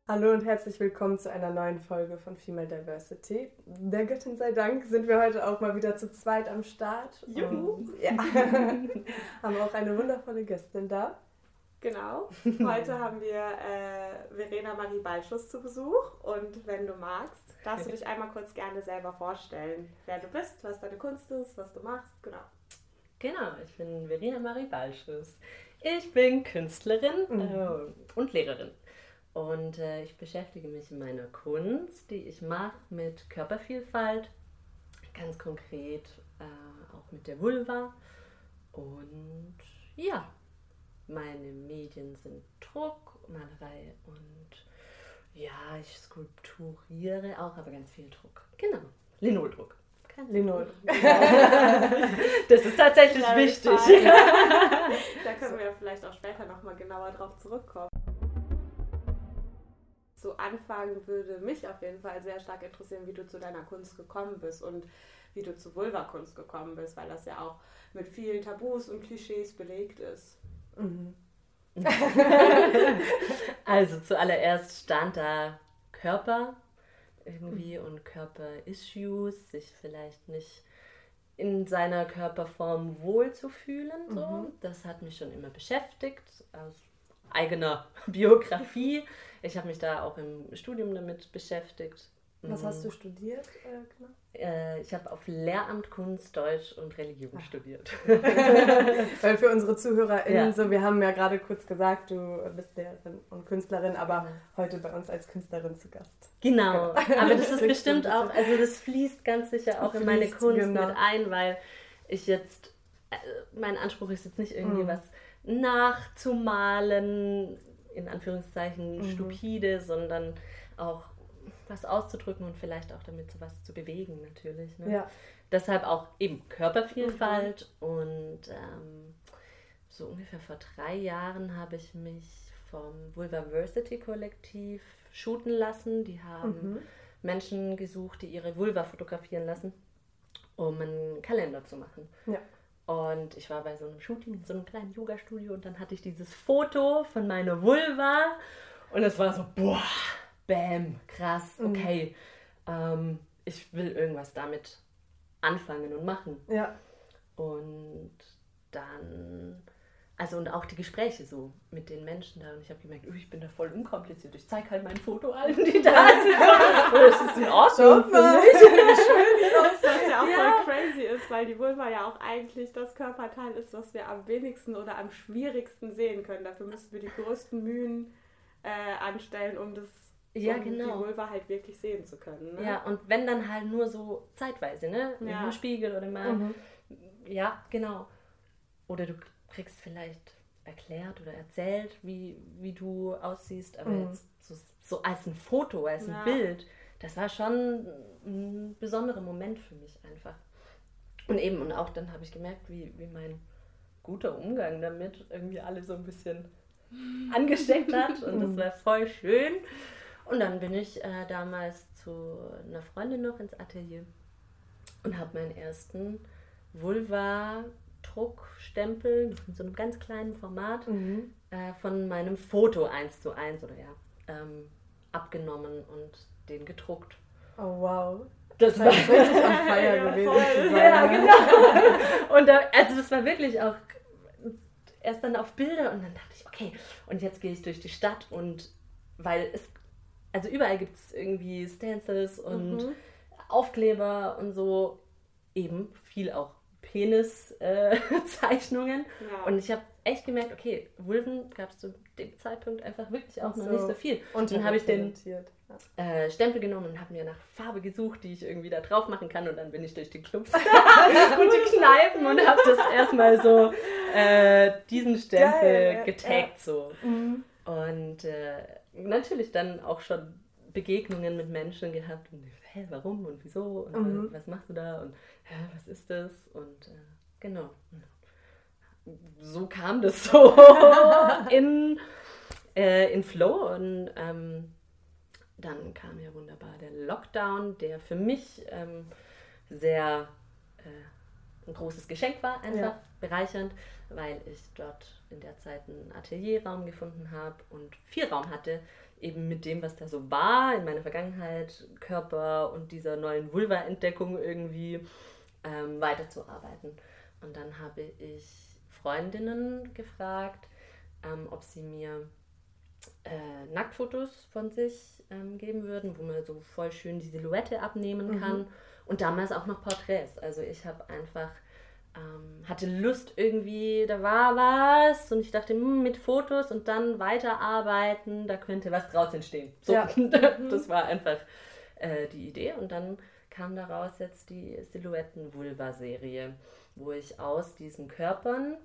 Hallo und herzlich willkommen zu einer neuen Folge von Female Diversity. Der Göttin sei Dank sind wir heute auch mal wieder zu zweit am Start. Juhu! Ja. Haben auch eine wundervolle Gästin da. Genau. Heute haben wir Verena Marie Balschuss zu Besuch und wenn du magst, darfst du dich einmal kurz gerne selber vorstellen, wer du bist, was deine Kunst ist, was du machst, genau. Genau, ich bin Verena Marie Balschuss. Ich bin Künstlerin und Lehrerin. Und ich beschäftige mich in meiner Kunst, die ich mache, mit Körpervielfalt, ganz konkret auch mit der Vulva. Und ja, meine Medien sind Druck, Malerei und ja, ich skulpturiere auch, aber ganz viel Druck. Genau, Linoldruck. Linol. Das ist tatsächlich wichtig. Da können wir vielleicht auch später nochmal genauer drauf zurückkommen. Zu Anfang würde mich auf jeden Fall sehr stark interessieren, wie du zu deiner Kunst gekommen bist und wie du zu Vulva-Kunst gekommen bist, weil das ja auch mit vielen Tabus und Klischees belegt ist. Mhm. Also zuallererst stand da Körper irgendwie und Körper-Issues, sich vielleicht nicht in seiner Körperform wohlzufühlen. So. Das hat mich schon immer beschäftigt, aus eigener Biografie. Ich habe mich da auch im Studium damit beschäftigt. Was hast du studiert, genau? Ich habe auf Lehramt Kunst, Deutsch und Religion studiert. Weil für unsere ZuhörerInnen, Ja. so, wir haben ja gerade kurz gesagt, du bist Lehrerin und Künstlerin, aber heute bei uns als Künstlerin zu Gast. Genau, aber das ist Kriegst du bestimmt ein auch, also das fließt ganz sicher auch in meine Kunst genau. mit ein, weil ich jetzt, mein Anspruch ist jetzt nicht irgendwie was nachzumalen, in Anführungszeichen stupide, sondern auch was auszudrücken und vielleicht auch damit so was zu bewegen natürlich. Ne? Ja. Deshalb auch eben Körpervielfalt und so ungefähr vor 3 Jahren habe ich mich vom Vulvaversity Kollektiv shooten lassen. Die haben Menschen gesucht, die ihre Vulva fotografieren lassen, um einen Kalender zu machen. Ja. Und ich war bei so einem Shooting in so einem kleinen Yoga-Studio und dann hatte ich dieses Foto von meiner Vulva und es war so, boah, bam, krass, okay, ich will irgendwas damit anfangen und machen. Ja. Und dann, also und auch die Gespräche so mit den Menschen da und ich habe gemerkt, ich bin da voll unkompliziert, ich zeige halt mein Foto allen, die da sind. Und das ist in Ordnung für mich. Was ja auch voll crazy ist, weil die Vulva ja auch eigentlich das Körperteil ist, was wir am wenigsten oder am schwierigsten sehen können. Dafür müssen wir die größten Mühen anstellen, um die Vulva halt wirklich sehen zu können. Ne? Ja, und wenn dann halt nur so zeitweise, ne? Ja. Im Spiegel oder mal. Ja, genau. Oder du kriegst vielleicht erklärt oder erzählt, wie du aussiehst, aber jetzt so als ein Foto, als ein Bild, das war schon ein besonderer Moment für mich einfach. Und auch dann habe ich gemerkt, wie mein guter Umgang damit irgendwie alle so ein bisschen angesteckt hat und das war voll schön. Und dann bin ich damals zu einer Freundin noch ins Atelier und habe meinen ersten Vulva-Druckstempel in so einem ganz kleinen Format von meinem Foto 1:1 oder abgenommen und den gedruckt. Oh wow. Das war richtig on fire gewesen zu sein. Ja, genau. Und also das war wirklich auch erst dann auf Bilder und dann dachte ich, okay, und jetzt gehe ich durch die Stadt und weil also überall gibt es irgendwie Stencils und Aufkleber und so, eben viel auch Penis-Zeichnungen. Und ich habe echt gemerkt, okay, Vulven gab es zu dem Zeitpunkt einfach wirklich auch noch nicht so viel. Und dann habe ich den Stempel genommen und habe mir nach Farbe gesucht, die ich irgendwie da drauf machen kann. Und dann bin ich durch die Clubs und die Kneipen und habe das erstmal so diesen Stempel getaggt. So. Und natürlich dann auch schon Begegnungen mit Menschen gehabt und warum und wieso und was machst du da und was ist das und genau. So kam das so in Flow und dann kam ja wunderbar der Lockdown, der für mich sehr ein großes Geschenk war, einfach bereichernd, weil ich dort in der Zeit einen Atelierraum gefunden habe und 4 Raum hatte, eben mit dem, was da so war in meiner Vergangenheit, Körper und dieser neuen Vulva-Entdeckung irgendwie weiterzuarbeiten. Und dann habe ich Freundinnen gefragt, ob sie mir Nacktfotos von sich geben würden, wo man so voll schön die Silhouette abnehmen kann. Und damals auch noch Porträts. Also ich habe einfach, hatte Lust irgendwie, da war was und ich dachte, mit Fotos und dann weiterarbeiten, da könnte was draus entstehen. So, ja. Das war einfach die Idee und dann kam daraus jetzt die Silhouetten-Vulva-Serie, wo ich aus diesen Körpern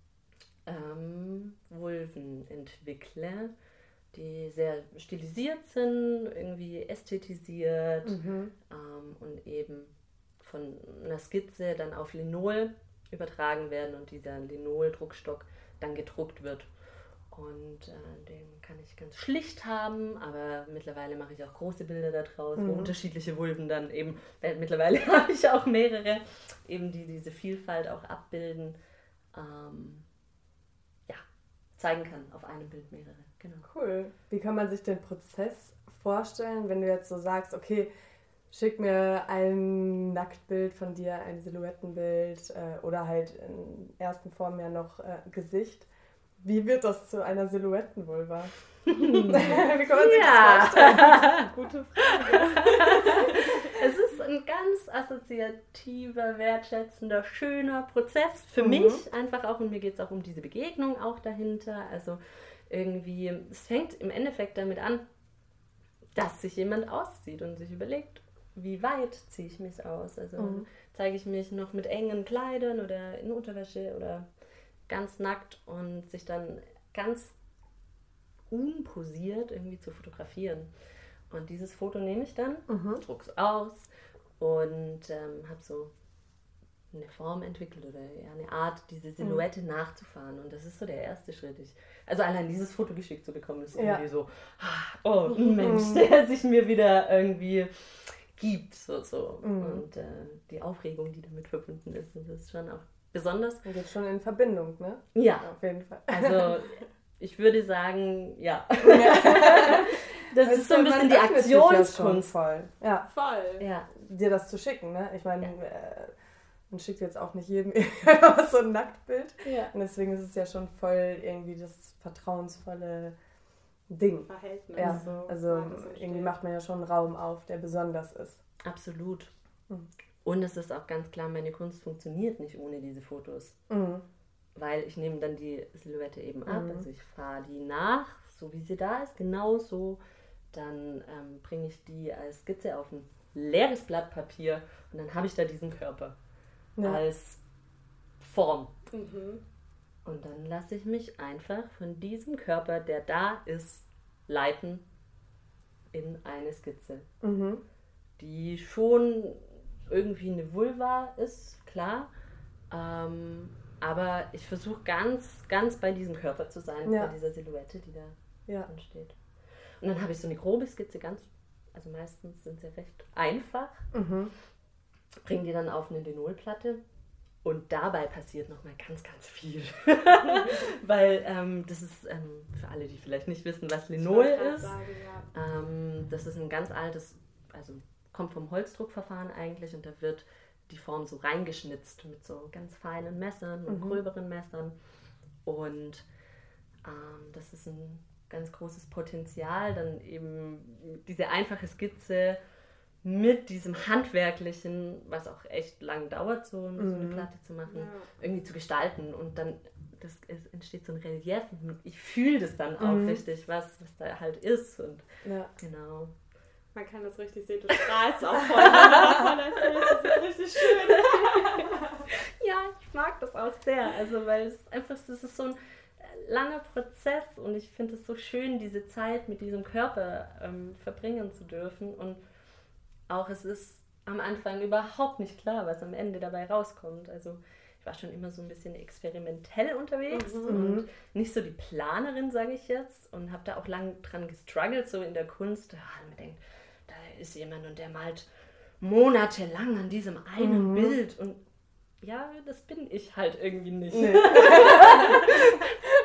Vulven entwickle, die sehr stilisiert sind, irgendwie ästhetisiert und eben von einer Skizze dann auf Linol übertragen werden und dieser Linol-Druckstock dann gedruckt wird. Und den kann ich ganz schlicht haben, aber mittlerweile mache ich auch große Bilder da draus, wo unterschiedliche Vulven dann eben, mittlerweile habe ich auch mehrere, eben die diese Vielfalt auch abbilden, zeigen kann, auf einem Bild mehrere. Genau. Cool. Wie kann man sich den Prozess vorstellen, wenn du jetzt so sagst, okay, schick mir ein Nacktbild von dir, ein Silhouettenbild oder halt in ersten Form ja noch Gesicht. Wie wird das zu einer Silhouettenvulva? Wie kann man sich das vorstellen? Gute Frage. Es ist ein ganz assoziativer, wertschätzender, schöner Prozess für mich einfach auch und mir geht es auch um diese Begegnung auch dahinter. Also irgendwie, es fängt im Endeffekt damit an, dass sich jemand auszieht und sich überlegt, wie weit ziehe ich mich aus? Also zeige ich mich noch mit engen Kleidern oder in Unterwäsche oder ganz nackt und sich dann ganz unposiert irgendwie zu fotografieren. Und dieses Foto nehme ich dann, drucke es aus und habe so eine Form entwickelt oder eine Art, diese Silhouette nachzufahren. Und das ist so der erste Schritt. Also allein dieses Foto geschickt zu bekommen, ist irgendwie so, oh, ein Mensch, der sich mir wieder irgendwie gibt. So. Und die Aufregung, die damit verbunden ist, das ist schon auch besonders. Und jetzt schon in Verbindung, ne? Ja. Auf jeden Fall. Also ich würde sagen, ja. Das ist so ein bisschen die Aktionskunst. Voll. Ja. Voll. Ja. Dir das zu schicken, ne? Ich meine, man schickt jetzt auch nicht jedem einfach so ein Nacktbild. Ja. Und deswegen ist es ja schon voll irgendwie das vertrauensvolle Ding. Verhältnis. Ja. Also irgendwie macht man ja schon einen Raum auf, der besonders ist. Absolut. Und es ist auch ganz klar, meine Kunst funktioniert nicht ohne diese Fotos. Weil ich nehme dann die Silhouette eben ab, also ich fahre die nach, so wie sie da ist, genauso. Dann bringe ich die als Skizze auf ein leeres Blatt Papier und dann habe ich da diesen Körper als Form. Und dann lasse ich mich einfach von diesem Körper, der da ist, leiten in eine Skizze. Die schon irgendwie eine Vulva ist, klar, aber ich versuche ganz, ganz bei diesem Körper zu sein, bei dieser Silhouette, die da entsteht. Und dann habe ich so eine grobe Skizze, also meistens sind sie recht einfach, bringe die dann auf eine Linolplatte und dabei passiert nochmal ganz, ganz viel. Weil das ist, für alle, die vielleicht nicht wissen, was Linol ist, das ist ein ganz altes, also kommt vom Holzdruckverfahren eigentlich und da wird die Form so reingeschnitzt mit so ganz feinen Messern und gröberen Messern. Und das ist ein ganz großes Potenzial, dann eben diese einfache Skizze mit diesem handwerklichen, was auch echt lang dauert, so eine Platte zu machen, irgendwie zu gestalten. Und dann entsteht so ein Relief und ich fühle das dann auch richtig, was da halt ist. Und genau. Man kann das richtig sehen, du strahlst auch voll, wenn du davon erzählst, das ist richtig schön. Ja, ich mag das auch sehr, also weil es einfach, das ist so ein langer Prozess und ich finde es so schön, diese Zeit mit diesem Körper verbringen zu dürfen und auch es ist am Anfang überhaupt nicht klar, was am Ende dabei rauskommt, also ich war schon immer so ein bisschen experimentell unterwegs und nicht so die Planerin, sage ich jetzt, und habe da auch lang dran gestruggelt, so in der Kunst. Man denkt, da ist jemand und der malt monatelang an diesem einen Bild und ja, das bin ich halt irgendwie nicht. Nee.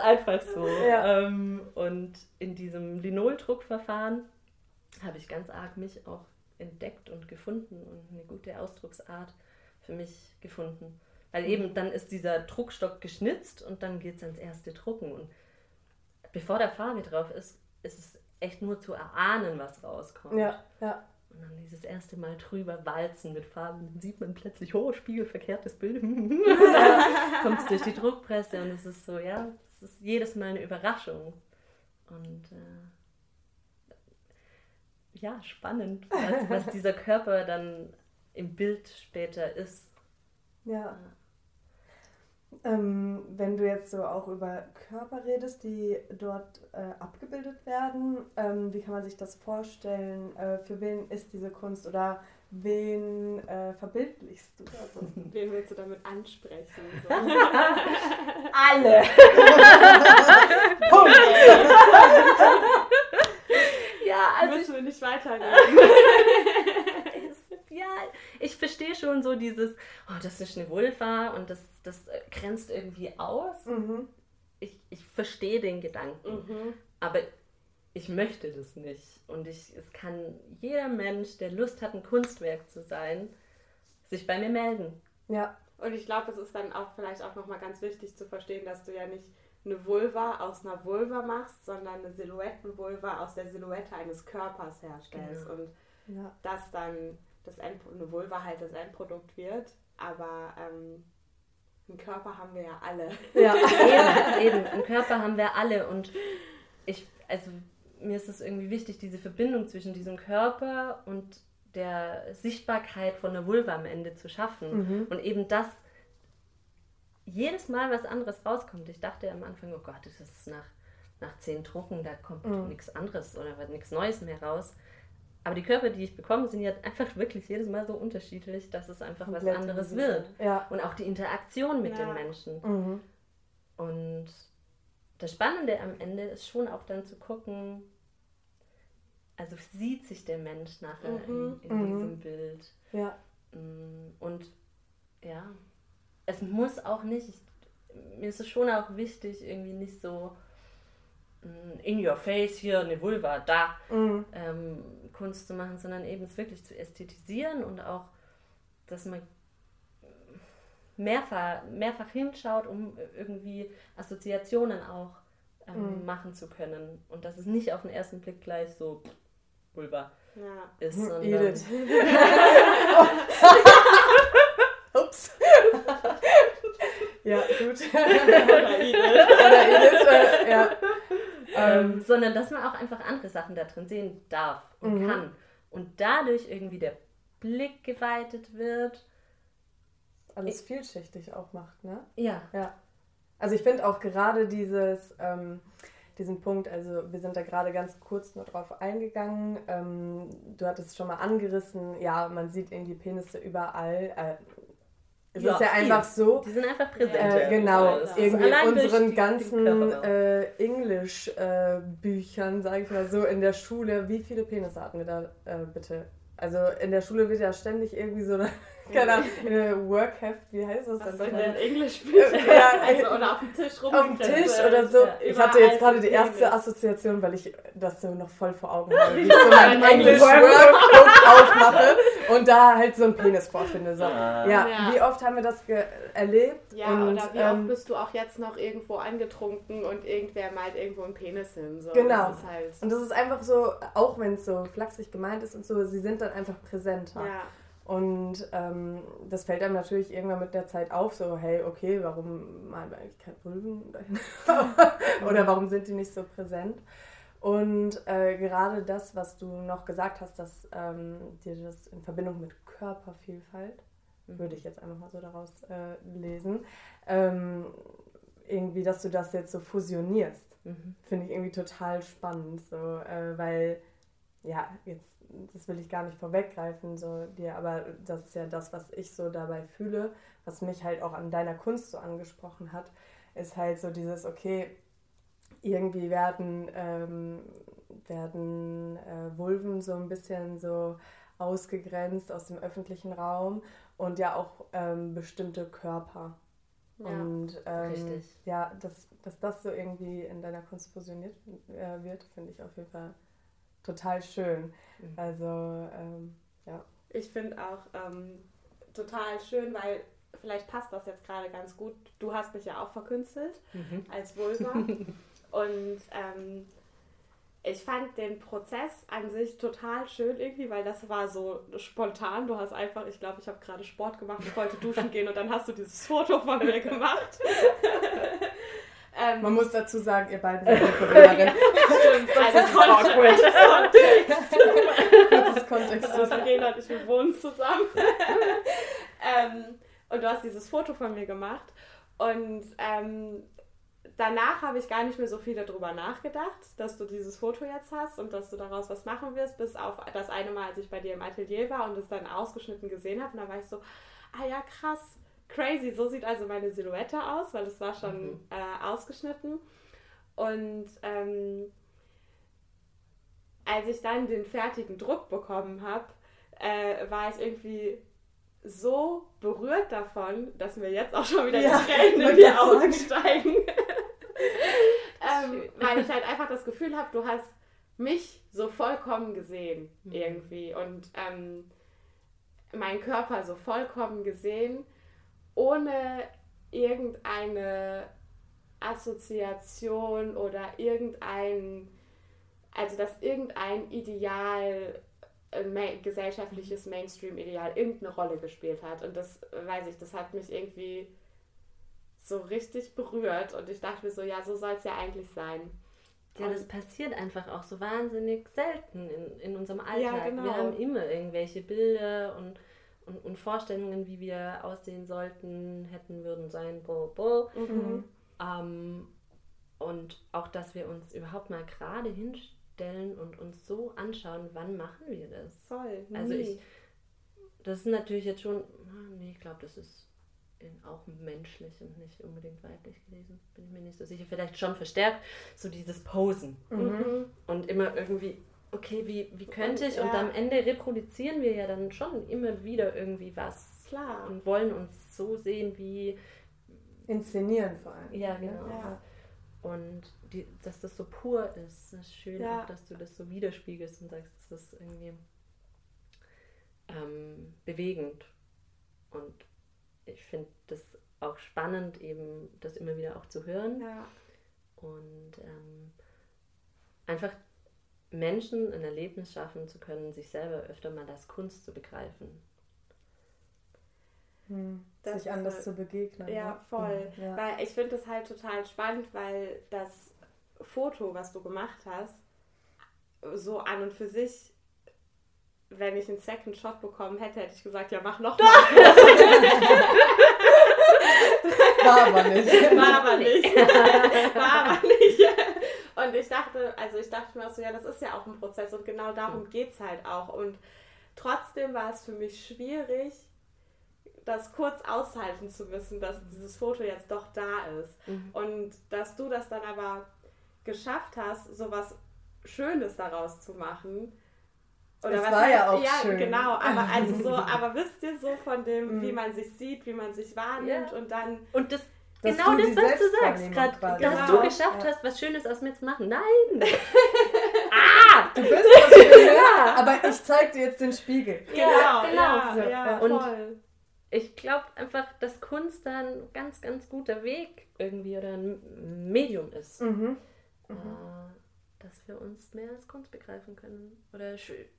einfach so. Ja. Und in diesem Linol-Druckverfahren habe ich ganz arg mich auch entdeckt und gefunden und eine gute Ausdrucksart für mich gefunden. Weil eben dann ist dieser Druckstock geschnitzt und dann geht es ans erste Drucken. Und bevor da Farbe drauf ist, ist es echt nur zu erahnen, was rauskommt. Ja, ja. Und dann dieses erste Mal drüber walzen mit Farben, dann sieht man plötzlich, spiegelverkehrtes Bild. Kommt es durch die Druckpresse und es ist so, ja, es ist jedes Mal eine Überraschung. Und ja, spannend, was dieser Körper dann im Bild später ist. Ja. Wenn du jetzt so auch über Körper redest, die dort abgebildet werden, wie kann man sich das vorstellen? Für wen ist diese Kunst oder wen verbildlichst du da so? Wen willst du damit ansprechen? So? Alle! Punkt! Ja, also müssen wir nicht weitergehen. Ja, ich verstehe schon so dieses, das ist eine Vulva und das grenzt irgendwie aus. Mhm. Ich verstehe den Gedanken, aber ich möchte das nicht. Und es kann jeder Mensch, der Lust hat, ein Kunstwerk zu sein, sich bei mir melden. Ja. Und ich glaube, es ist dann auch vielleicht auch nochmal ganz wichtig zu verstehen, dass du ja nicht eine Vulva aus einer Vulva machst, sondern eine Silhouettenvulva aus der Silhouette eines Körpers herstellst. Genau. Und dass dann eine Vulva halt das Endprodukt wird, aber einen Körper haben wir ja alle. Ja, eben, einen Körper haben wir alle und mir ist es irgendwie wichtig, diese Verbindung zwischen diesem Körper und der Sichtbarkeit von der Vulva am Ende zu schaffen und eben das jedes Mal was anderes rauskommt. Ich dachte am Anfang, oh Gott, das ist nach 10 Drucken, da kommt nichts anderes oder wird nichts Neues mehr raus. Aber die Körper, die ich bekomme, sind ja einfach wirklich jedes Mal so unterschiedlich, dass es einfach was anderes wird. Ja. Und auch die Interaktion mit den Menschen. Und das Spannende am Ende ist schon auch dann zu gucken, also sieht sich der Mensch nachher in diesem Bild. Ja. Und ja, es muss auch nicht, mir ist es schon auch wichtig, irgendwie nicht so in your face, hier eine Vulva, da Kunst zu machen, sondern eben es wirklich zu ästhetisieren und auch, dass man mehrfach hinschaut, um irgendwie Assoziationen auch machen zu können. Und dass es nicht auf den ersten Blick gleich so Vulva ist, sondern... Edith. Ups. Ja, gut. Oder Edith, ja. Sondern dass man auch einfach andere Sachen da drin sehen darf und kann. Und dadurch irgendwie der Blick geweitet wird. Alles vielschichtig auch macht, ne? Ja. Also ich finde auch gerade diesen Punkt, also wir sind da gerade ganz kurz nur drauf eingegangen. Du hattest schon mal angerissen, ja, man sieht irgendwie Penisse überall. Es ist ja einfach so. Die sind einfach präsent. Genau, irgendwie in unseren ganzen Englisch-Büchern, sage ich mal so, in der Schule. Wie viele Penisse hatten wir da bitte? Also in der Schule wird ja ständig irgendwie so keine Ahnung, in der Workheft, wie heißt das dann? Was in den Englischbüchern? Oder auf dem Tisch rum. Auf dem Tisch oder so. Ich hatte jetzt gerade die erste Assoziation, weil ich das so noch voll vor Augen habe, wie ich so mein Englisch-Workbook aufmache und da halt so einen Penis vorfinde. So. Ja, wie oft haben wir das erlebt? Ja, und, oder wie oft bist du auch jetzt noch irgendwo angetrunken und irgendwer malt irgendwo einen Penis hin. So. Genau. Das ist halt und das ist einfach so, auch wenn es so flachsig gemeint ist und so, sie sind dann einfach präsenter. Ja. Und das fällt einem natürlich irgendwann mit der Zeit auf, so hey, okay, warum malen wir eigentlich keine Vulven dahin? Oder warum sind die nicht so präsent? Und gerade das, was du noch gesagt hast, dass dir das in Verbindung mit Körpervielfalt, würde ich jetzt einfach mal so daraus lesen, irgendwie, dass du das jetzt so fusionierst, finde ich irgendwie total spannend, so, weil, ja, jetzt das will ich gar nicht vorweggreifen, so dir, aber das ist ja das, was ich so dabei fühle, was mich halt auch an deiner Kunst so angesprochen hat, ist halt so dieses, okay, irgendwie werden Vulven so ein bisschen so ausgegrenzt aus dem öffentlichen Raum und ja auch bestimmte Körper. Und dass das so irgendwie in deiner Kunst fusioniert wird, finde ich auf jeden Fall total schön. Also, Ich finde auch total schön, weil vielleicht passt das jetzt gerade ganz gut. Du hast mich ja auch verkünstelt als Vulva. Und ich fand den Prozess an sich total schön irgendwie, weil das war so spontan. Du hast einfach, ich glaube, ich habe gerade Sport gemacht, ich wollte duschen gehen und dann hast du dieses Foto von mir gemacht. Man muss dazu sagen, ihr beiden seid Mitbewohnerinnen. Stimmt, also kurzes Kontext. Verena und ich, wir wohnen zusammen. Und du hast dieses Foto von mir gemacht und danach habe ich gar nicht mehr so viel darüber nachgedacht, dass du dieses Foto jetzt hast und dass du daraus was machen wirst, bis auf das eine Mal, als ich bei dir im Atelier war und es dann ausgeschnitten gesehen habe. Und da war ich so, ah ja, krass, crazy, so sieht also meine Silhouette aus, weil es war schon ausgeschnitten. Und als ich dann den fertigen Druck bekommen habe, war ich irgendwie so berührt davon, dass mir jetzt auch schon wieder die Tränen in die Augen steigen. Weil ich halt einfach das Gefühl habe, du hast mich so vollkommen gesehen irgendwie und meinen Körper so vollkommen gesehen, ohne irgendeine Assoziation oder dass irgendein Ideal, gesellschaftliches Mainstream-Ideal irgendeine Rolle gespielt hat. Und das, weiß ich, das hat mich irgendwie so richtig berührt und ich dachte mir so, ja, so soll es ja eigentlich sein. Ja, das passiert einfach auch so wahnsinnig selten in unserem Alltag. Ja, genau. Wir haben immer irgendwelche Bilder und Vorstellungen, wie wir aussehen sollten, hätten, würden, sein, und auch, dass wir uns überhaupt mal gerade hinstellen und uns so anschauen, wann machen wir das? Voll. Also das ist natürlich jetzt schon, ich glaube, das ist auch menschlich und nicht unbedingt weiblich gelesen, bin ich mir nicht so sicher. Vielleicht schon verstärkt, so dieses Posen. Und immer irgendwie, okay, wie könnte ich? Und am Ende reproduzieren wir ja dann schon immer wieder irgendwie was. Klar. Und wollen uns so sehen wie... Inszenieren vor allem. Ja, genau. Ja. Und dass das so pur ist, das ist schön, auch, dass du das so widerspiegelst und sagst, das ist irgendwie bewegend. Und ich finde das auch spannend, eben das immer wieder auch zu hören. Ja. Und einfach Menschen ein Erlebnis schaffen zu können, sich selber öfter mal als Kunst zu begreifen. Sich anders zu begegnen. Ja, voll. Ja. Weil ich finde das halt total spannend, weil das Foto, was du gemacht hast, so an und für sich, wenn ich einen Second Shot bekommen hätte, hätte ich gesagt, ja, mach noch mal. War aber nicht. War aber nicht. Und ich dachte mir auch so, ja, das ist ja auch ein Prozess und genau darum geht es halt auch. Und trotzdem war es für mich schwierig, das kurz aushalten zu müssen, dass dieses Foto jetzt doch da ist. Und dass du das dann aber geschafft hast, so was Schönes daraus zu machen. Oder das was war heißt, ja auch schön. Ja, genau. Aber wisst ihr so von dem, wie man sich sieht, wie man sich wahrnimmt und dann... Und das, genau das, was du sagst, gerade, dass du geschafft hast, was Schönes aus mir zu machen. Nein! Du bist was Schönes, aber ich zeig dir jetzt den Spiegel. Genau. Und ich glaube einfach, dass Kunst da ein ganz, ganz guter Weg irgendwie oder ein Medium ist. Dass wir uns mehr als Kunst begreifen können. Oder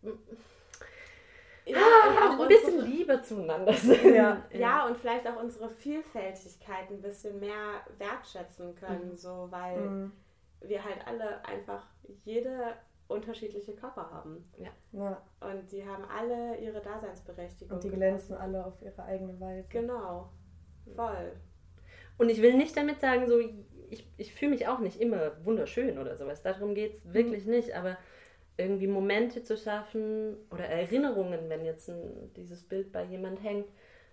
ein bisschen lieber zueinander sind. Ja, und vielleicht auch unsere Vielfältigkeit ein bisschen mehr wertschätzen können, so, weil wir halt alle einfach jede unterschiedliche Körper haben. Ja. Und die haben alle ihre Daseinsberechtigung. Und die glänzen alle auf ihre eigene Weise. Genau, voll. Und ich will nicht damit sagen, so ich fühle mich auch nicht immer wunderschön oder sowas. Darum geht es wirklich nicht. Aber irgendwie Momente zu schaffen oder Erinnerungen, wenn jetzt dieses Bild bei jemand hängt.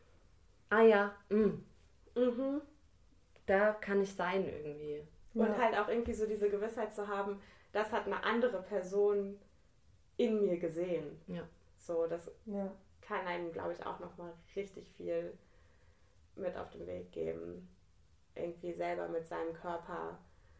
Da kann ich sein irgendwie. Und halt auch irgendwie so diese Gewissheit zu haben, das hat eine andere Person in mir gesehen. Ja. So, das kann einem, glaube ich, auch nochmal richtig viel mit auf den Weg geben. irgendwie selber mit seinem Körper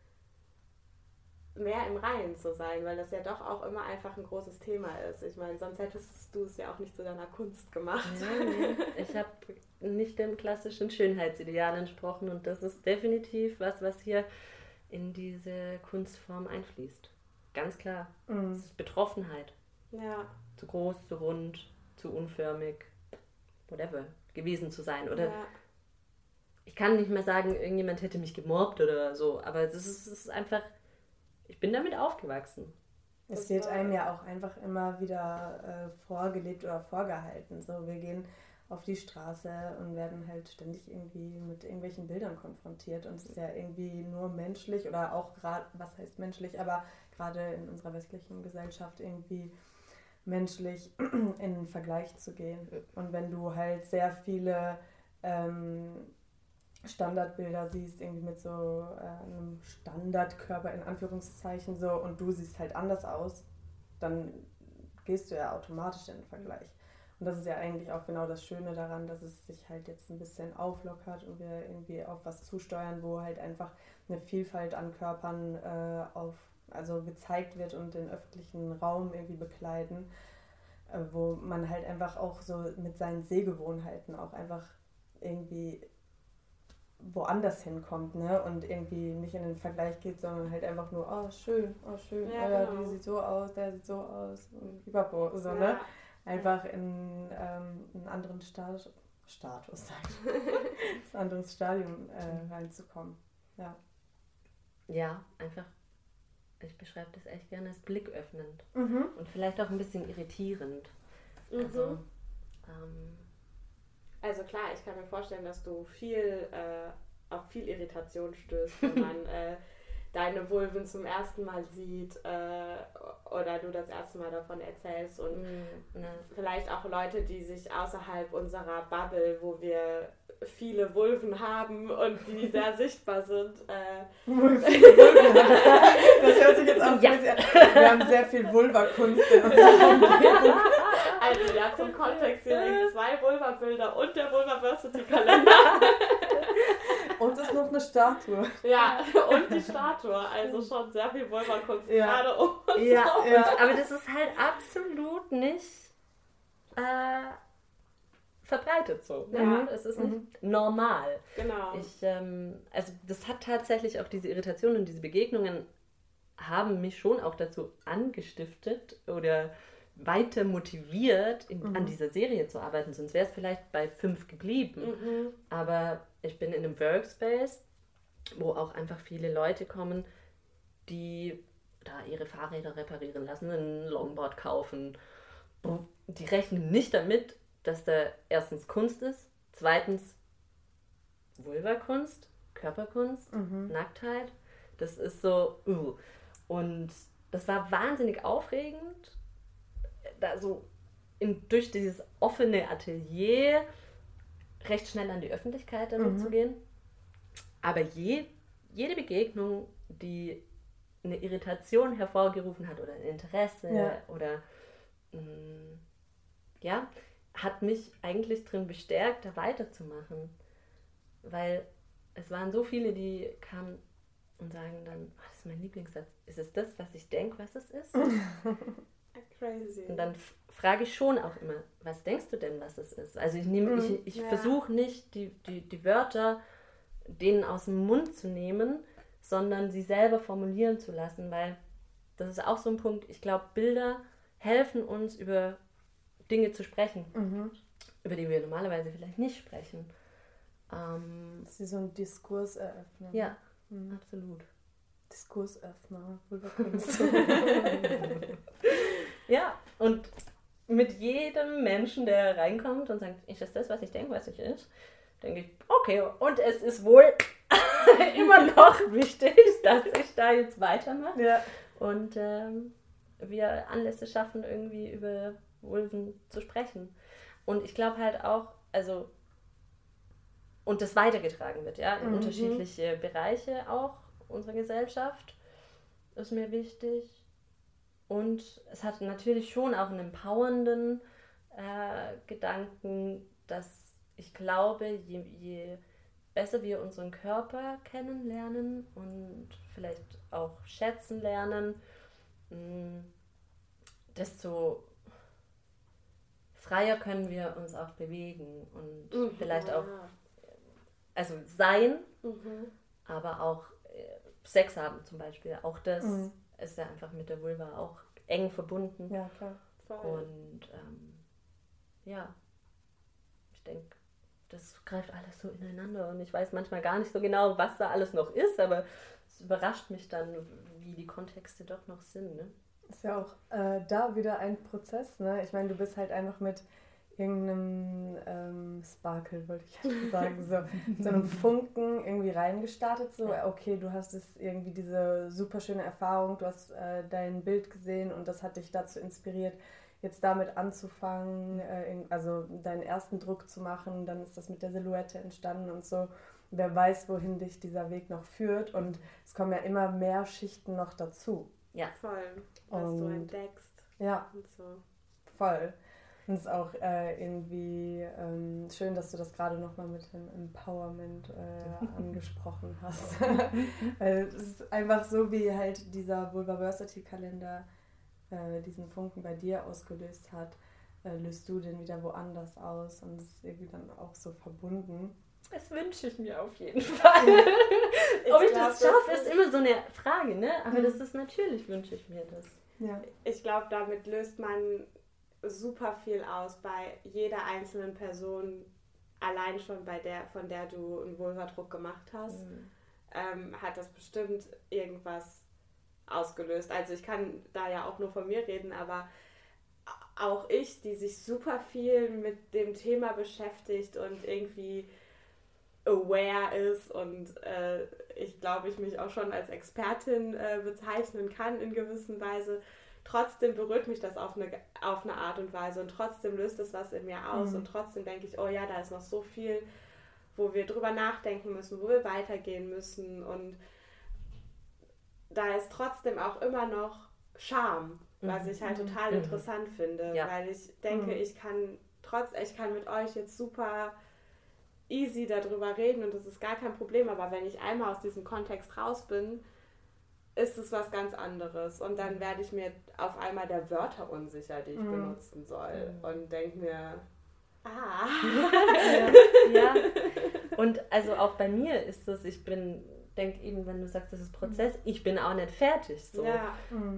mehr im Reinen zu sein, weil das ja doch auch immer einfach ein großes Thema ist. Ich meine, sonst hättest du es ja auch nicht zu deiner Kunst gemacht. Ja, nee. Ich habe nicht dem klassischen Schönheitsideal entsprochen und das ist definitiv was hier in diese Kunstform einfließt. Ganz klar. Es ist Betroffenheit. Ja. Zu groß, zu rund, zu unförmig, whatever, gewesen zu sein. Oder ich kann nicht mehr sagen, irgendjemand hätte mich gemobbt oder so, aber es ist einfach, ich bin damit aufgewachsen. Es wird einem ja auch einfach immer wieder vorgelebt oder vorgehalten. So, wir gehen auf die Straße und werden halt ständig irgendwie mit irgendwelchen Bildern konfrontiert. Und es ist ja irgendwie nur menschlich oder auch gerade, was heißt menschlich, aber gerade in unserer westlichen Gesellschaft irgendwie menschlich in den Vergleich zu gehen. Und wenn du halt sehr viele Standardbilder siehst, irgendwie mit so einem Standardkörper in Anführungszeichen so und du siehst halt anders aus, dann gehst du ja automatisch in den Vergleich. Und das ist ja eigentlich auch genau das Schöne daran, dass es sich halt jetzt ein bisschen auflockert und wir irgendwie auf was zusteuern, wo halt einfach eine Vielfalt an Körpern also gezeigt wird und den öffentlichen Raum irgendwie bekleiden, wo man halt einfach auch so mit seinen Sehgewohnheiten auch einfach irgendwie woanders hinkommt, ne? Und irgendwie nicht in den Vergleich geht, sondern halt einfach nur, oh schön, ja, genau. Die sieht so aus, der sieht so aus und überhaupt so, ne? Einfach in einen anderen Status, ein anderes Stadium reinzukommen, ja. Ja, einfach, ich beschreibe das echt gerne als blicköffnend und vielleicht auch ein bisschen irritierend. Also klar, ich kann mir vorstellen, dass du auf viel Irritation stößt, wenn man deine Vulven zum ersten Mal sieht oder du das erste Mal davon erzählst und vielleicht auch Leute, die sich außerhalb unserer Bubble, wo wir viele Vulven haben und die sehr sichtbar sind. Das hört sich jetzt auch crazy an. Wir haben sehr viel Vulva-Kunst in unserer Umgebung. Also ja, zum Kontext, hier liegen 2 Vulva-Bilder und der Vulva-Versity-Kalender. Und es ist noch eine Statue. Ja, und die Statue. Also schon sehr viel Vulva-Kunst gerade um uns aber das ist halt absolut nicht verbreitet so. Ja. Es ist nicht normal. Genau. Also das hat tatsächlich auch diese Irritationen und diese Begegnungen haben mich schon auch dazu angestiftet oder weiter motiviert, an dieser Serie zu arbeiten. Sonst wäre es vielleicht bei 5 geblieben. Aber ich bin in einem Workspace, wo auch einfach viele Leute kommen, die da ihre Fahrräder reparieren lassen, ein Longboard kaufen. Die rechnen nicht damit, dass da erstens Kunst ist, zweitens Vulva-Kunst, Körperkunst, Nacktheit. Das ist so, Und das war wahnsinnig aufregend, da so durch dieses offene Atelier recht schnell an die Öffentlichkeit damit zu gehen. Aber jede Begegnung, die eine Irritation hervorgerufen hat oder ein Interesse oder hat mich eigentlich drin bestärkt, da weiterzumachen. Weil es waren so viele, die kamen und sagen dann, das ist mein Lieblingssatz, ist es das, was ich denke, was es ist? Crazy. Und dann frage ich schon auch immer, was denkst du denn, was es ist? Also ich versuche nicht, die Wörter denen aus dem Mund zu nehmen, sondern sie selber formulieren zu lassen, weil das ist auch so ein Punkt, ich glaube, Bilder helfen uns, über Dinge zu sprechen, über die wir normalerweise vielleicht nicht sprechen. Dass sie so einen Diskurs eröffnen. Ja, absolut. Diskursöffner, Vulva-Kunst. Ja, und mit jedem Menschen, der reinkommt und sagt, ist das, was ich denke, was ich ist, denke ich, okay, und es ist wohl immer noch wichtig, dass ich da jetzt weitermache. Ja. Und wir Anlässe schaffen, irgendwie über Vulven zu sprechen. Und ich glaube halt auch, und das weitergetragen wird, ja, in unterschiedliche Bereiche auch unserer Gesellschaft, ist mir wichtig. Und es hat natürlich schon auch einen empowernden Gedanken, dass ich glaube, je besser wir unseren Körper kennenlernen und vielleicht auch schätzen lernen, desto freier können wir uns auch bewegen und vielleicht auch, also sein, aber auch Sex haben zum Beispiel. Auch das ist ja einfach mit der Vulva auch eng verbunden. Ja, klar. Voll. Und ich denke, das greift alles so ineinander und ich weiß manchmal gar nicht so genau, was da alles noch ist, aber es überrascht mich dann, wie die Kontexte doch noch sind. Ne? Ist ja auch da wieder ein Prozess, ne? Ich meine, du bist halt einfach mit irgendeinem Sparkle, wollte ich ja sagen, so einem Funken irgendwie reingestartet, so, okay, du hast irgendwie diese super schöne Erfahrung, du hast dein Bild gesehen und das hat dich dazu inspiriert, jetzt damit anzufangen, also deinen ersten Druck zu machen, dann ist das mit der Silhouette entstanden und so. Wer weiß, wohin dich dieser Weg noch führt und es kommen ja immer mehr Schichten noch dazu. Ja, voll, was du entdeckst. Ja, und so. Voll. Und es ist auch irgendwie schön, dass du das gerade nochmal mit dem Empowerment angesprochen hast. Weil es ist einfach so, wie halt dieser Vulvaversity-Kalender diesen Funken bei dir ausgelöst hat, löst du den wieder woanders aus und es ist irgendwie dann auch so verbunden. Das wünsche ich mir auf jeden Fall. Ob ich das schaffe, ist immer so eine Frage, ne? Aber das ist natürlich, wünsche ich mir das. Ja. Ich glaube, damit löst man super viel aus bei jeder einzelnen Person, allein schon von der du einen Vulvadruck gemacht hast, hat das bestimmt irgendwas ausgelöst. Also ich kann da ja auch nur von mir reden, aber auch ich, die sich super viel mit dem Thema beschäftigt und irgendwie aware ist und ich glaube, ich mich auch schon als Expertin bezeichnen kann in gewisser Weise. Trotzdem berührt mich das auf eine Art und Weise und trotzdem löst es was in mir aus und trotzdem denke ich, oh ja, da ist noch so viel, wo wir drüber nachdenken müssen, wo wir weitergehen müssen und da ist trotzdem auch immer noch Charme, was ich halt total interessant finde, weil ich denke, ich kann mit euch jetzt super easy darüber reden und das ist gar kein Problem, aber wenn ich einmal aus diesem Kontext raus bin, ist es was ganz anderes und dann werde ich mir auf einmal der Wörter unsicher, die ich benutzen soll und denke mir, ja. Und also auch bei mir ist es, denke eben, wenn du sagst, das ist Prozess, ich bin auch nicht fertig. So. Ja.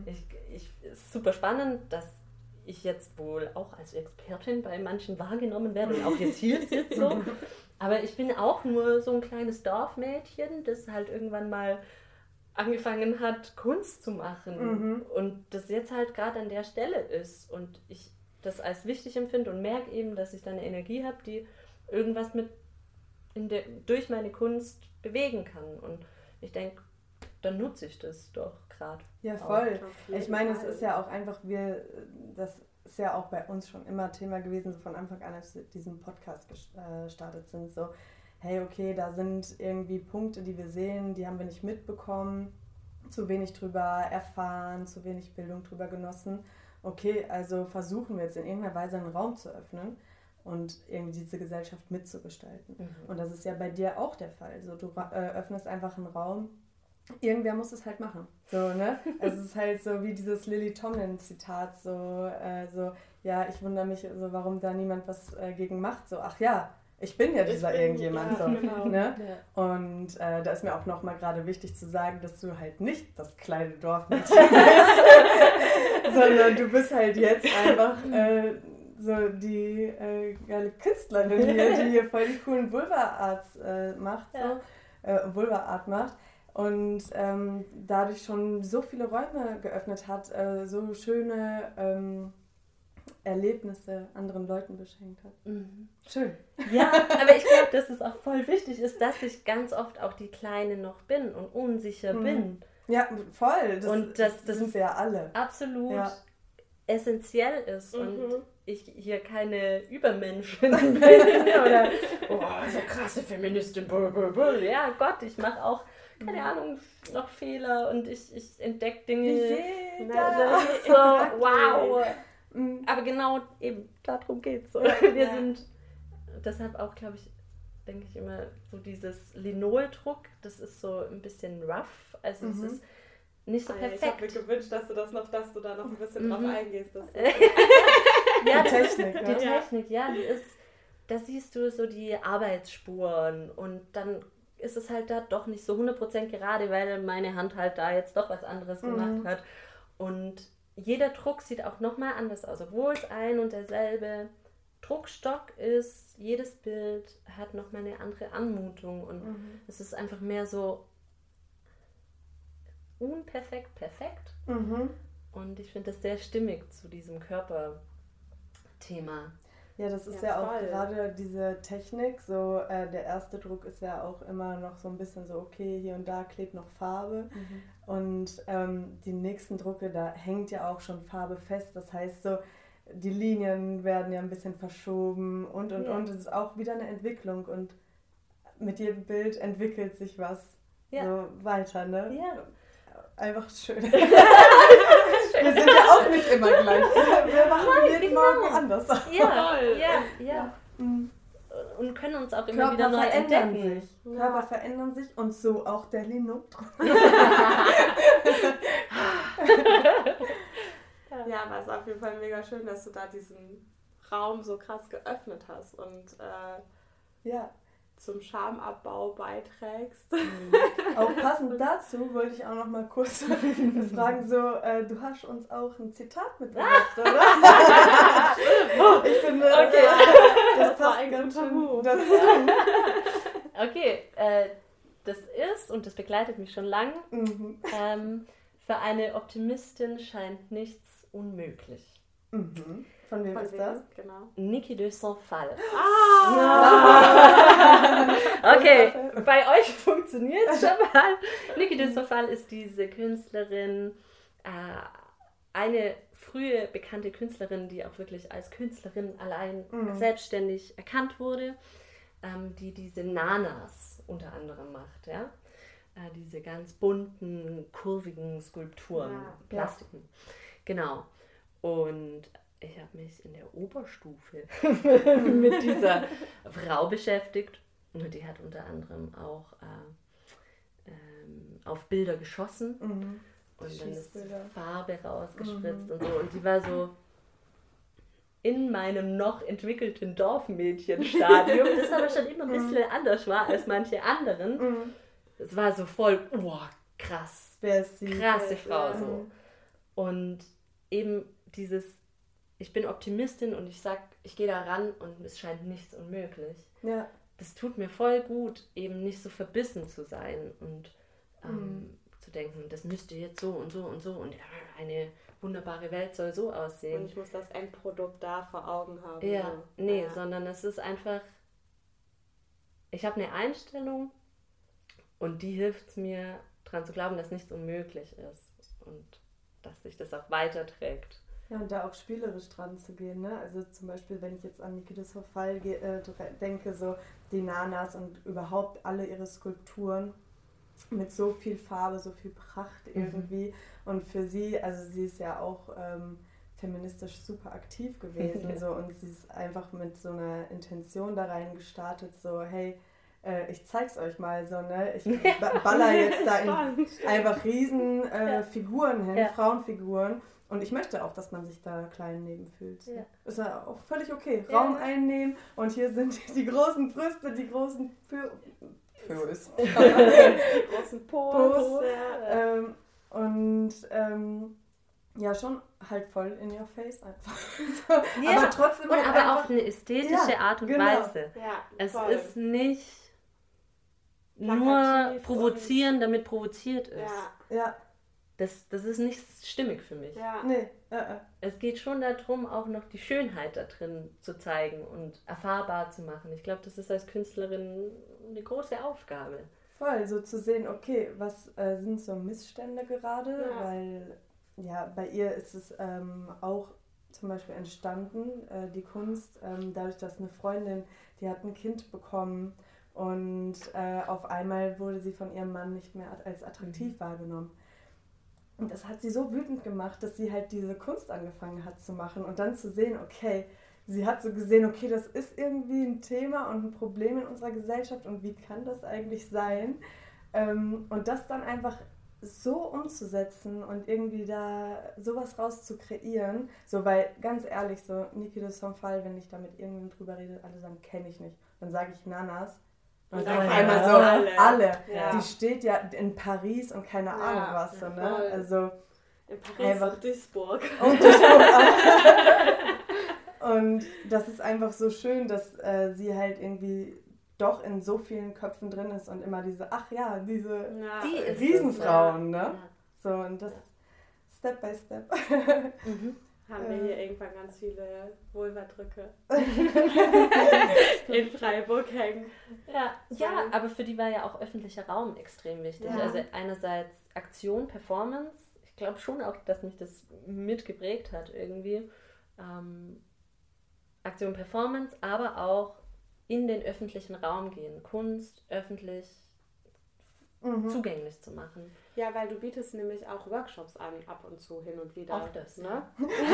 Ist super spannend, dass ich jetzt wohl auch als Expertin bei manchen wahrgenommen werde und auch jetzt hier sitze. So. Aber ich bin auch nur so ein kleines Dorfmädchen, das halt irgendwann mal angefangen hat, Kunst zu machen und das jetzt halt gerade an der Stelle ist und ich das als wichtig empfinde und merke eben, dass ich da eine Energie habe, die irgendwas durch meine Kunst bewegen kann und ich denke, dann nutze ich das doch gerade. Ja, voll. Ich meine, es ist ja auch einfach, das ist ja auch bei uns schon immer Thema gewesen, so von Anfang an, als wir diesen Podcast gestartet sind, so hey, okay, da sind irgendwie Punkte, die wir sehen, die haben wir nicht mitbekommen, zu wenig drüber erfahren, zu wenig Bildung drüber genossen. Okay, also versuchen wir jetzt in irgendeiner Weise einen Raum zu öffnen und irgendwie diese Gesellschaft mitzugestalten. Und das ist ja bei dir auch der Fall. So, du öffnest einfach einen Raum, irgendwer muss es halt machen. So, ne? Also es ist halt so wie dieses Lily Tomlin-Zitat, so, ja, ich wundere mich, so, warum da niemand was gegen macht. So, ach ja, ich bin ja dieser irgendjemand. So, genau. Ne? Ja. Und da ist mir auch nochmal gerade wichtig zu sagen, dass du halt nicht das kleine Dorfmädchen bist, sondern du bist halt jetzt einfach so die geile Künstlerin die hier voll die coolen Vulva-Art macht. So. Vulva-Art macht. Und dadurch schon so viele Räume geöffnet hat, so schöne Erlebnisse anderen Leuten beschenkt hat. Schön. Ja, aber ich glaube, dass es auch voll wichtig ist, dass ich ganz oft auch die Kleine noch bin und unsicher bin. Ja, voll. Das sind wir ja alle. Absolut essentiell ist und ich hier keine Übermenschin bin oder so krasse Feministin. Ja, Gott, ich mache auch keine Ahnung, noch Fehler und ich entdecke Dinge. Das ist so, wow. Aber genau eben darum geht es. So. Wir sind deshalb auch, glaube ich, denke ich immer, so dieses Linoldruck, das ist so ein bisschen rough, also es ist nicht so perfekt. Ich habe mir gewünscht, dass du da noch ein bisschen drauf eingehst. Ja, die Technik, die ist, da siehst du so die Arbeitsspuren und dann ist es halt da doch nicht so 100% gerade, weil meine Hand halt da jetzt doch was anderes gemacht hat. Und jeder Druck sieht auch nochmal anders aus, obwohl es ein und derselbe Druckstock ist, jedes Bild hat nochmal eine andere Anmutung und es ist einfach mehr so unperfekt, perfekt. Und ich finde das sehr stimmig zu diesem Körperthema. Ja, das ist ja auch gerade diese Technik, so der erste Druck ist ja auch immer noch so ein bisschen so, okay, hier und da klebt noch Farbe und die nächsten Drucke, da hängt ja auch schon Farbe fest, das heißt so, die Linien werden ja ein bisschen verschoben und. Es ist auch wieder eine Entwicklung und mit jedem Bild entwickelt sich was so weiter, ne? Ja. Einfach schön. Wir sind ja auch nicht immer gleich. Wir machen jeden Morgen anders. Ja. Und können uns auch immer wieder neu entdecken. Körper verändern sich und so auch der Linodruck. Ja, aber es ist auf jeden Fall mega schön, dass du da diesen Raum so krass geöffnet hast und zum Schamabbau beiträgst. Auch passend dazu wollte ich auch noch mal kurz fragen, so, du hast uns auch ein Zitat mitgebracht, oder? Ich finde, das war ein guter Move. Okay, das ist, und das begleitet mich schon lange, für eine Optimistin scheint nichts unmöglich. Von wem ist das? Genau. Niki de Saint-Phalle. Okay, bei euch funktioniert es schon mal. Niki de Saint-Phalle ist diese Künstlerin, eine frühe bekannte Künstlerin, die auch wirklich als Künstlerin allein selbstständig erkannt wurde, die diese Nanas unter anderem macht, ja? Diese ganz bunten, kurvigen Skulpturen, Plastiken. Genau. Und ich habe mich in der Oberstufe mit dieser Frau beschäftigt. Und die hat unter anderem auch auf Bilder geschossen. Und dann ist Farbe rausgespritzt und so. Und die war so in meinem noch entwickelten Dorfmädchenstadium, das aber schon immer ein bisschen anders war als manche anderen. Es war so voll, krass. Krasse Frau. So. Und eben dieses, ich bin Optimistin und ich sag, ich gehe da ran und es scheint nichts unmöglich. Ja. Das tut mir voll gut, eben nicht so verbissen zu sein und zu denken, das müsste jetzt so und so und so und eine wunderbare Welt soll so aussehen. Und ich muss das Endprodukt da vor Augen haben. Ja, so. Nee, sondern es ist einfach, ich habe eine Einstellung und die hilft mir, daran zu glauben, dass nichts unmöglich ist und dass sich das auch weiterträgt. Ja, und da auch spielerisch dran zu gehen, ne? Also zum Beispiel, wenn ich jetzt an Niki de Saint-Phalle denke, so die Nanas und überhaupt alle ihre Skulpturen mit so viel Farbe, so viel Pracht irgendwie. Und für sie, also sie ist ja auch feministisch super aktiv gewesen so, und sie ist einfach mit so einer Intention da rein gestartet, so hey, ich zeig's euch mal so, ne? Ich baller jetzt da einfach riesen Figuren hin, Frauenfiguren. Und ich möchte auch, dass man sich da klein neben fühlt. Ja. Ist ja auch völlig okay. Ja. Raum einnehmen und hier sind die großen Brüste, die großen Föß. Die großen Pos. Ja, schon halt voll in your face einfach. So, ja, aber trotzdem halt aber auf eine ästhetische Art und Weise. Ja, es ist nicht nur provozieren, damit provoziert ist. Ja. Das ist nicht stimmig für mich. Ja. Nee. Es geht schon darum, auch noch die Schönheit da drin zu zeigen und erfahrbar zu machen. Ich glaube, das ist als Künstlerin eine große Aufgabe. Voll, so zu sehen, okay, was sind so Missstände gerade, weil bei ihr ist es auch zum Beispiel entstanden, die Kunst, dadurch, dass eine Freundin, die hat ein Kind bekommen und auf einmal wurde sie von ihrem Mann nicht mehr als attraktiv wahrgenommen. Und das hat sie so wütend gemacht, dass sie halt diese Kunst angefangen hat zu machen und dann zu sehen, okay, sie hat so gesehen, okay, das ist irgendwie ein Thema und ein Problem in unserer Gesellschaft und wie kann das eigentlich sein? Und das dann einfach so umzusetzen und irgendwie da sowas raus zu kreieren, so, weil ganz ehrlich, so Niki de Saint-Phalle, wenn ich da mit irgendjemandem drüber rede, alle sagen, kenne ich nicht. Dann sage ich Nanas. Und dann einmal so, alle. Ja. Die steht ja in Paris und keine Ahnung was, so, ne? Also in Paris und Duisburg. Und das ist einfach so schön, dass sie halt irgendwie doch in so vielen Köpfen drin ist und immer diese die Riesenfrauen, ne? Ja. So, und das Step by Step. Haben wir hier irgendwann ganz viele Vulva-Drücke in Freiburg hängen. Ja, aber für die war ja auch öffentlicher Raum extrem wichtig. Ja. Also einerseits Aktion, Performance. Ich glaube schon auch, dass mich das mitgeprägt hat irgendwie. Aktion, Performance, aber auch in den öffentlichen Raum gehen, Kunst öffentlich zugänglich zu machen. Ja, weil du bietest nämlich auch Workshops an, ab und zu, hin und wieder. Auch das, ne?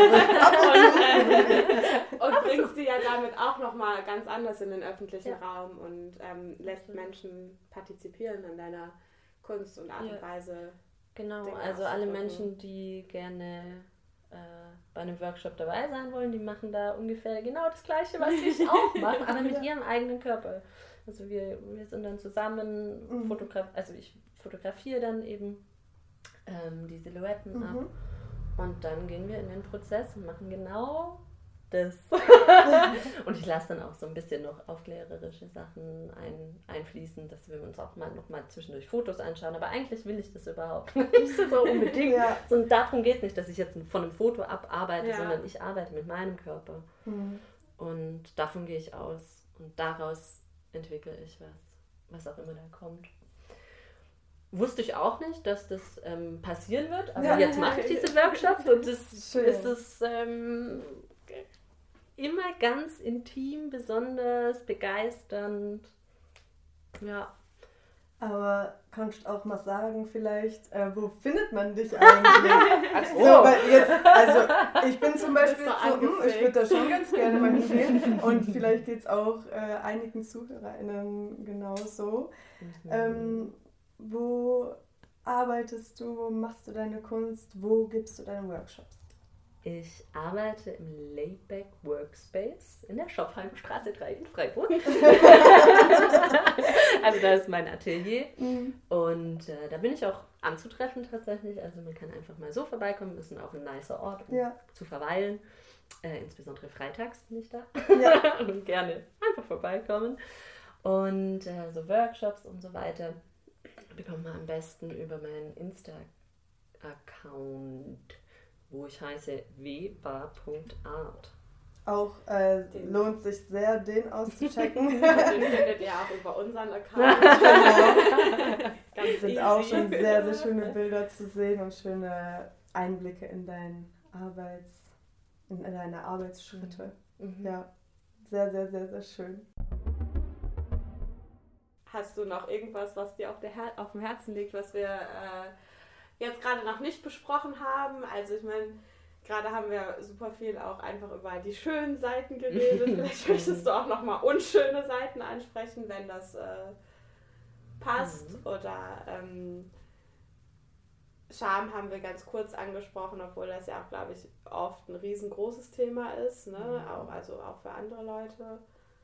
Und bringst die ja damit auch nochmal ganz anders in den öffentlichen Raum und lässt Menschen partizipieren an deiner Kunst und Art und Weise. Genau, also alle Menschen, die gerne bei einem Workshop dabei sein wollen, die machen da ungefähr genau das Gleiche, was ich auch mache, aber mit ihrem eigenen Körper. Also wir sind dann zusammen, ich fotografiere dann eben die Silhouetten ab und dann gehen wir in den Prozess und machen genau das. Und ich lasse dann auch so ein bisschen noch aufklärerische Sachen einfließen, dass wir uns auch noch mal zwischendurch Fotos anschauen, aber eigentlich will ich das überhaupt nicht so unbedingt. Und darum geht es nicht, dass ich jetzt von einem Foto abarbeite, sondern ich arbeite mit meinem Körper. Und davon gehe ich aus und daraus entwickle ich was auch immer da kommt. Wusste ich auch nicht, dass das passieren wird, aber jetzt mache ich diese Workshops und das ist immer ganz intim, besonders begeisternd. Ja. Aber kannst du auch mal sagen, vielleicht, wo findet man dich eigentlich? So, weil jetzt, also ich bin zum Beispiel ich würde da schon ganz gerne mal hingehen und vielleicht geht es auch einigen ZuhörerInnen genauso. Wo arbeitest du, wo machst du deine Kunst, wo gibst du deine Workshops? Ich arbeite im Layback Workspace in der Schopfheimstraße 3 in Freiburg. Also da ist mein Atelier und da bin ich auch anzutreffen tatsächlich. Also man kann einfach mal so vorbeikommen, ist auch ein nicer Ort, um zu verweilen. Insbesondere freitags bin ich da und gerne einfach vorbeikommen. Und so Workshops und so weiter bekommt man am besten über meinen Insta-Account, wo ich heiße wbar.art. Auch lohnt sich sehr, den auszuchecken. Den findet ihr auch über unseren Account. Ganz sind auch schon sehr, sehr schöne Bilder zu sehen und schöne Einblicke in deine Arbeitsschritte. Ja, sehr, sehr, sehr, sehr schön. Hast du noch irgendwas, was dir auf dem Herzen liegt, was wir jetzt gerade noch nicht besprochen haben? Also ich meine, gerade haben wir super viel auch einfach über die schönen Seiten geredet. Vielleicht möchtest du auch nochmal unschöne Seiten ansprechen, wenn das passt. Oder Scham haben wir ganz kurz angesprochen, obwohl das ja auch, glaube ich, oft ein riesengroßes Thema ist, ne? Auch für andere Leute.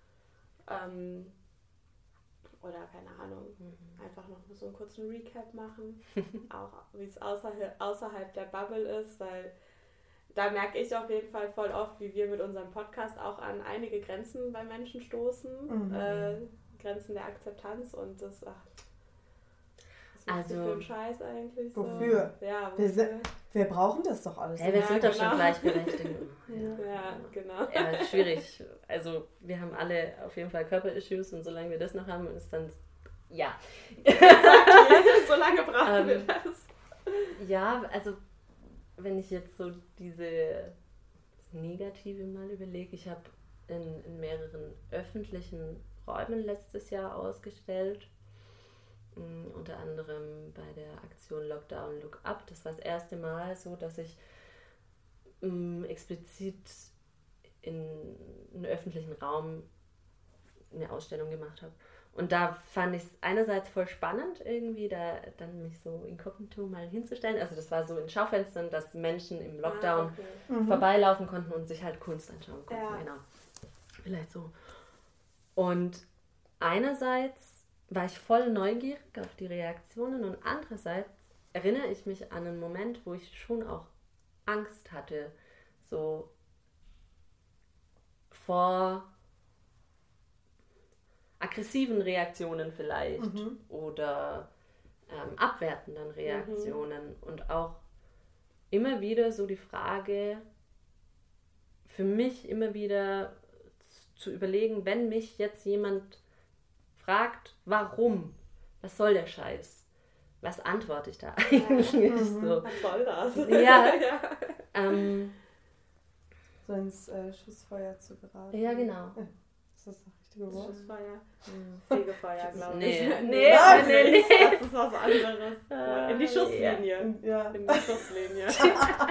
Oder keine Ahnung, einfach noch so einen kurzen Recap machen, auch wie es außerhalb der Bubble ist, weil da merke ich auf jeden Fall voll oft, wie wir mit unserem Podcast auch an einige Grenzen bei Menschen stoßen, Grenzen der Akzeptanz und das, was ist für ein Scheiß eigentlich? Wofür? So? Ja, wofür? Wir brauchen das doch alles. Wir sind doch schon gleichberechtigt. Ja, genau. Ja, schwierig. Also wir haben alle auf jeden Fall Körperissues und solange wir das noch haben, ist dann, so lange brauchen wir das. Ja, also wenn ich jetzt so das Negative mal überlege, ich habe in mehreren öffentlichen Räumen letztes Jahr ausgestellt. Unter anderem bei der Aktion Lockdown Look Up. Das war das erste Mal so, dass ich explizit in einem öffentlichen Raum eine Ausstellung gemacht habe. Und da fand ich es einerseits voll spannend, irgendwie da dann mich so inkognito mal hinzustellen. Also das war so in Schaufenstern, dass Menschen im Lockdown vorbeilaufen konnten und sich halt Kunst anschauen konnten. Ja. Genau. Vielleicht so. Und einerseits war ich voll neugierig auf die Reaktionen und andererseits erinnere ich mich an einen Moment, wo ich schon auch Angst hatte, so vor aggressiven Reaktionen vielleicht oder abwertenden Reaktionen und auch immer wieder so die Frage für mich immer wieder zu überlegen, wenn mich jetzt jemand fragt, warum, was soll der Scheiß, was antworte ich da eigentlich so? Was soll das? Ja. So ins Schussfeuer zu geraten. Ja, genau. Ist das das richtige Wort? Schussfeuer. Fegefeuer, glaube ich. Nee. Das ist was anderes. In die Schusslinie. Ja. In die Schusslinie. Das ist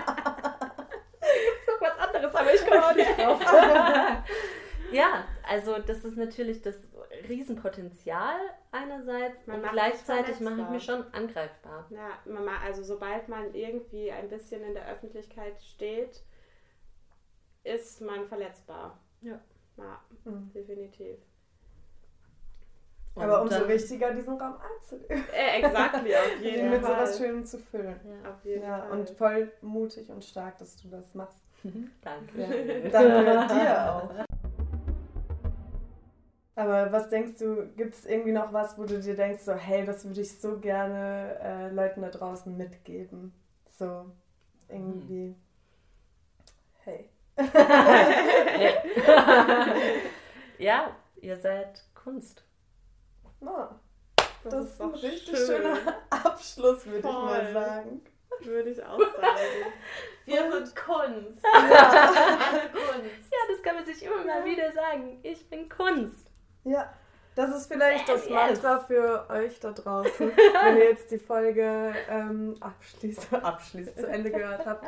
noch was anderes, aber ich komme auch nicht drauf. Ja, also das ist natürlich das Riesenpotenzial einerseits und gleichzeitig mache ich mich schon angreifbar. Ja, also sobald man irgendwie ein bisschen in der Öffentlichkeit steht, ist man verletzbar. Ja. Ja, definitiv. Aber umso wichtiger, diesen Raum anzunehmen. Exactly, auf jeden Mit Fall. so was Schönem zu füllen. Ja, auf jeden Fall. Und voll mutig und stark, dass du das machst. Danke. Ja. Danke dir auch. Aber was denkst du, gibt es irgendwie noch was, wo du dir denkst, so hey, das würde ich so gerne Leuten da draußen mitgeben? So irgendwie, hey. Ja, ihr seid Kunst. Oh, das ist ein richtig schöner Abschluss, würde ich mal sagen. Würde ich auch sagen. Wir sind Kunst. Ja. Kunst. Ja, das kann man sich immer mal wieder sagen. Ich bin Kunst. Ja, das ist vielleicht das Mantra für euch da draußen, wenn ihr jetzt die Folge abschließt, zu Ende gehört habt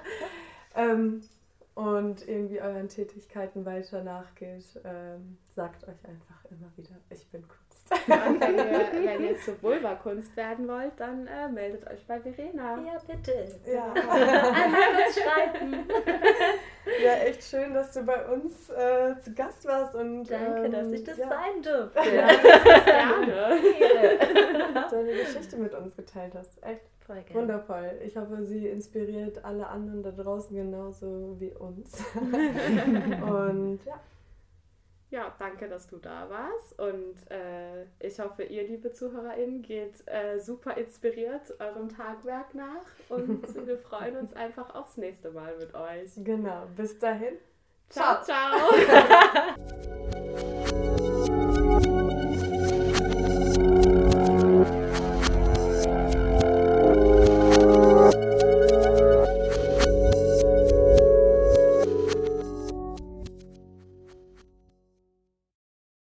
und irgendwie euren Tätigkeiten weiter nachgeht, sagt euch einfach immer wieder, ich bin Kunst. Und wenn ihr zur Vulva-Kunst werden wollt, dann meldet euch bei Verena. Ja, bitte. Ja. Einmal uns schreiben. Ja, echt schön, dass du bei uns zu Gast warst. Und, danke, dass ich das sein durfte. Ja, gerne. Deine Geschichte mit uns geteilt hast. Echt voll gerne. Wundervoll. Ich hoffe, sie inspiriert alle anderen da draußen genauso wie uns. Und ja. Ja, danke, dass du da warst und ich hoffe, ihr, liebe ZuhörerInnen, geht super inspiriert eurem Tagwerk nach und wir freuen uns einfach aufs nächste Mal mit euch. Genau, bis dahin. Ciao, ciao.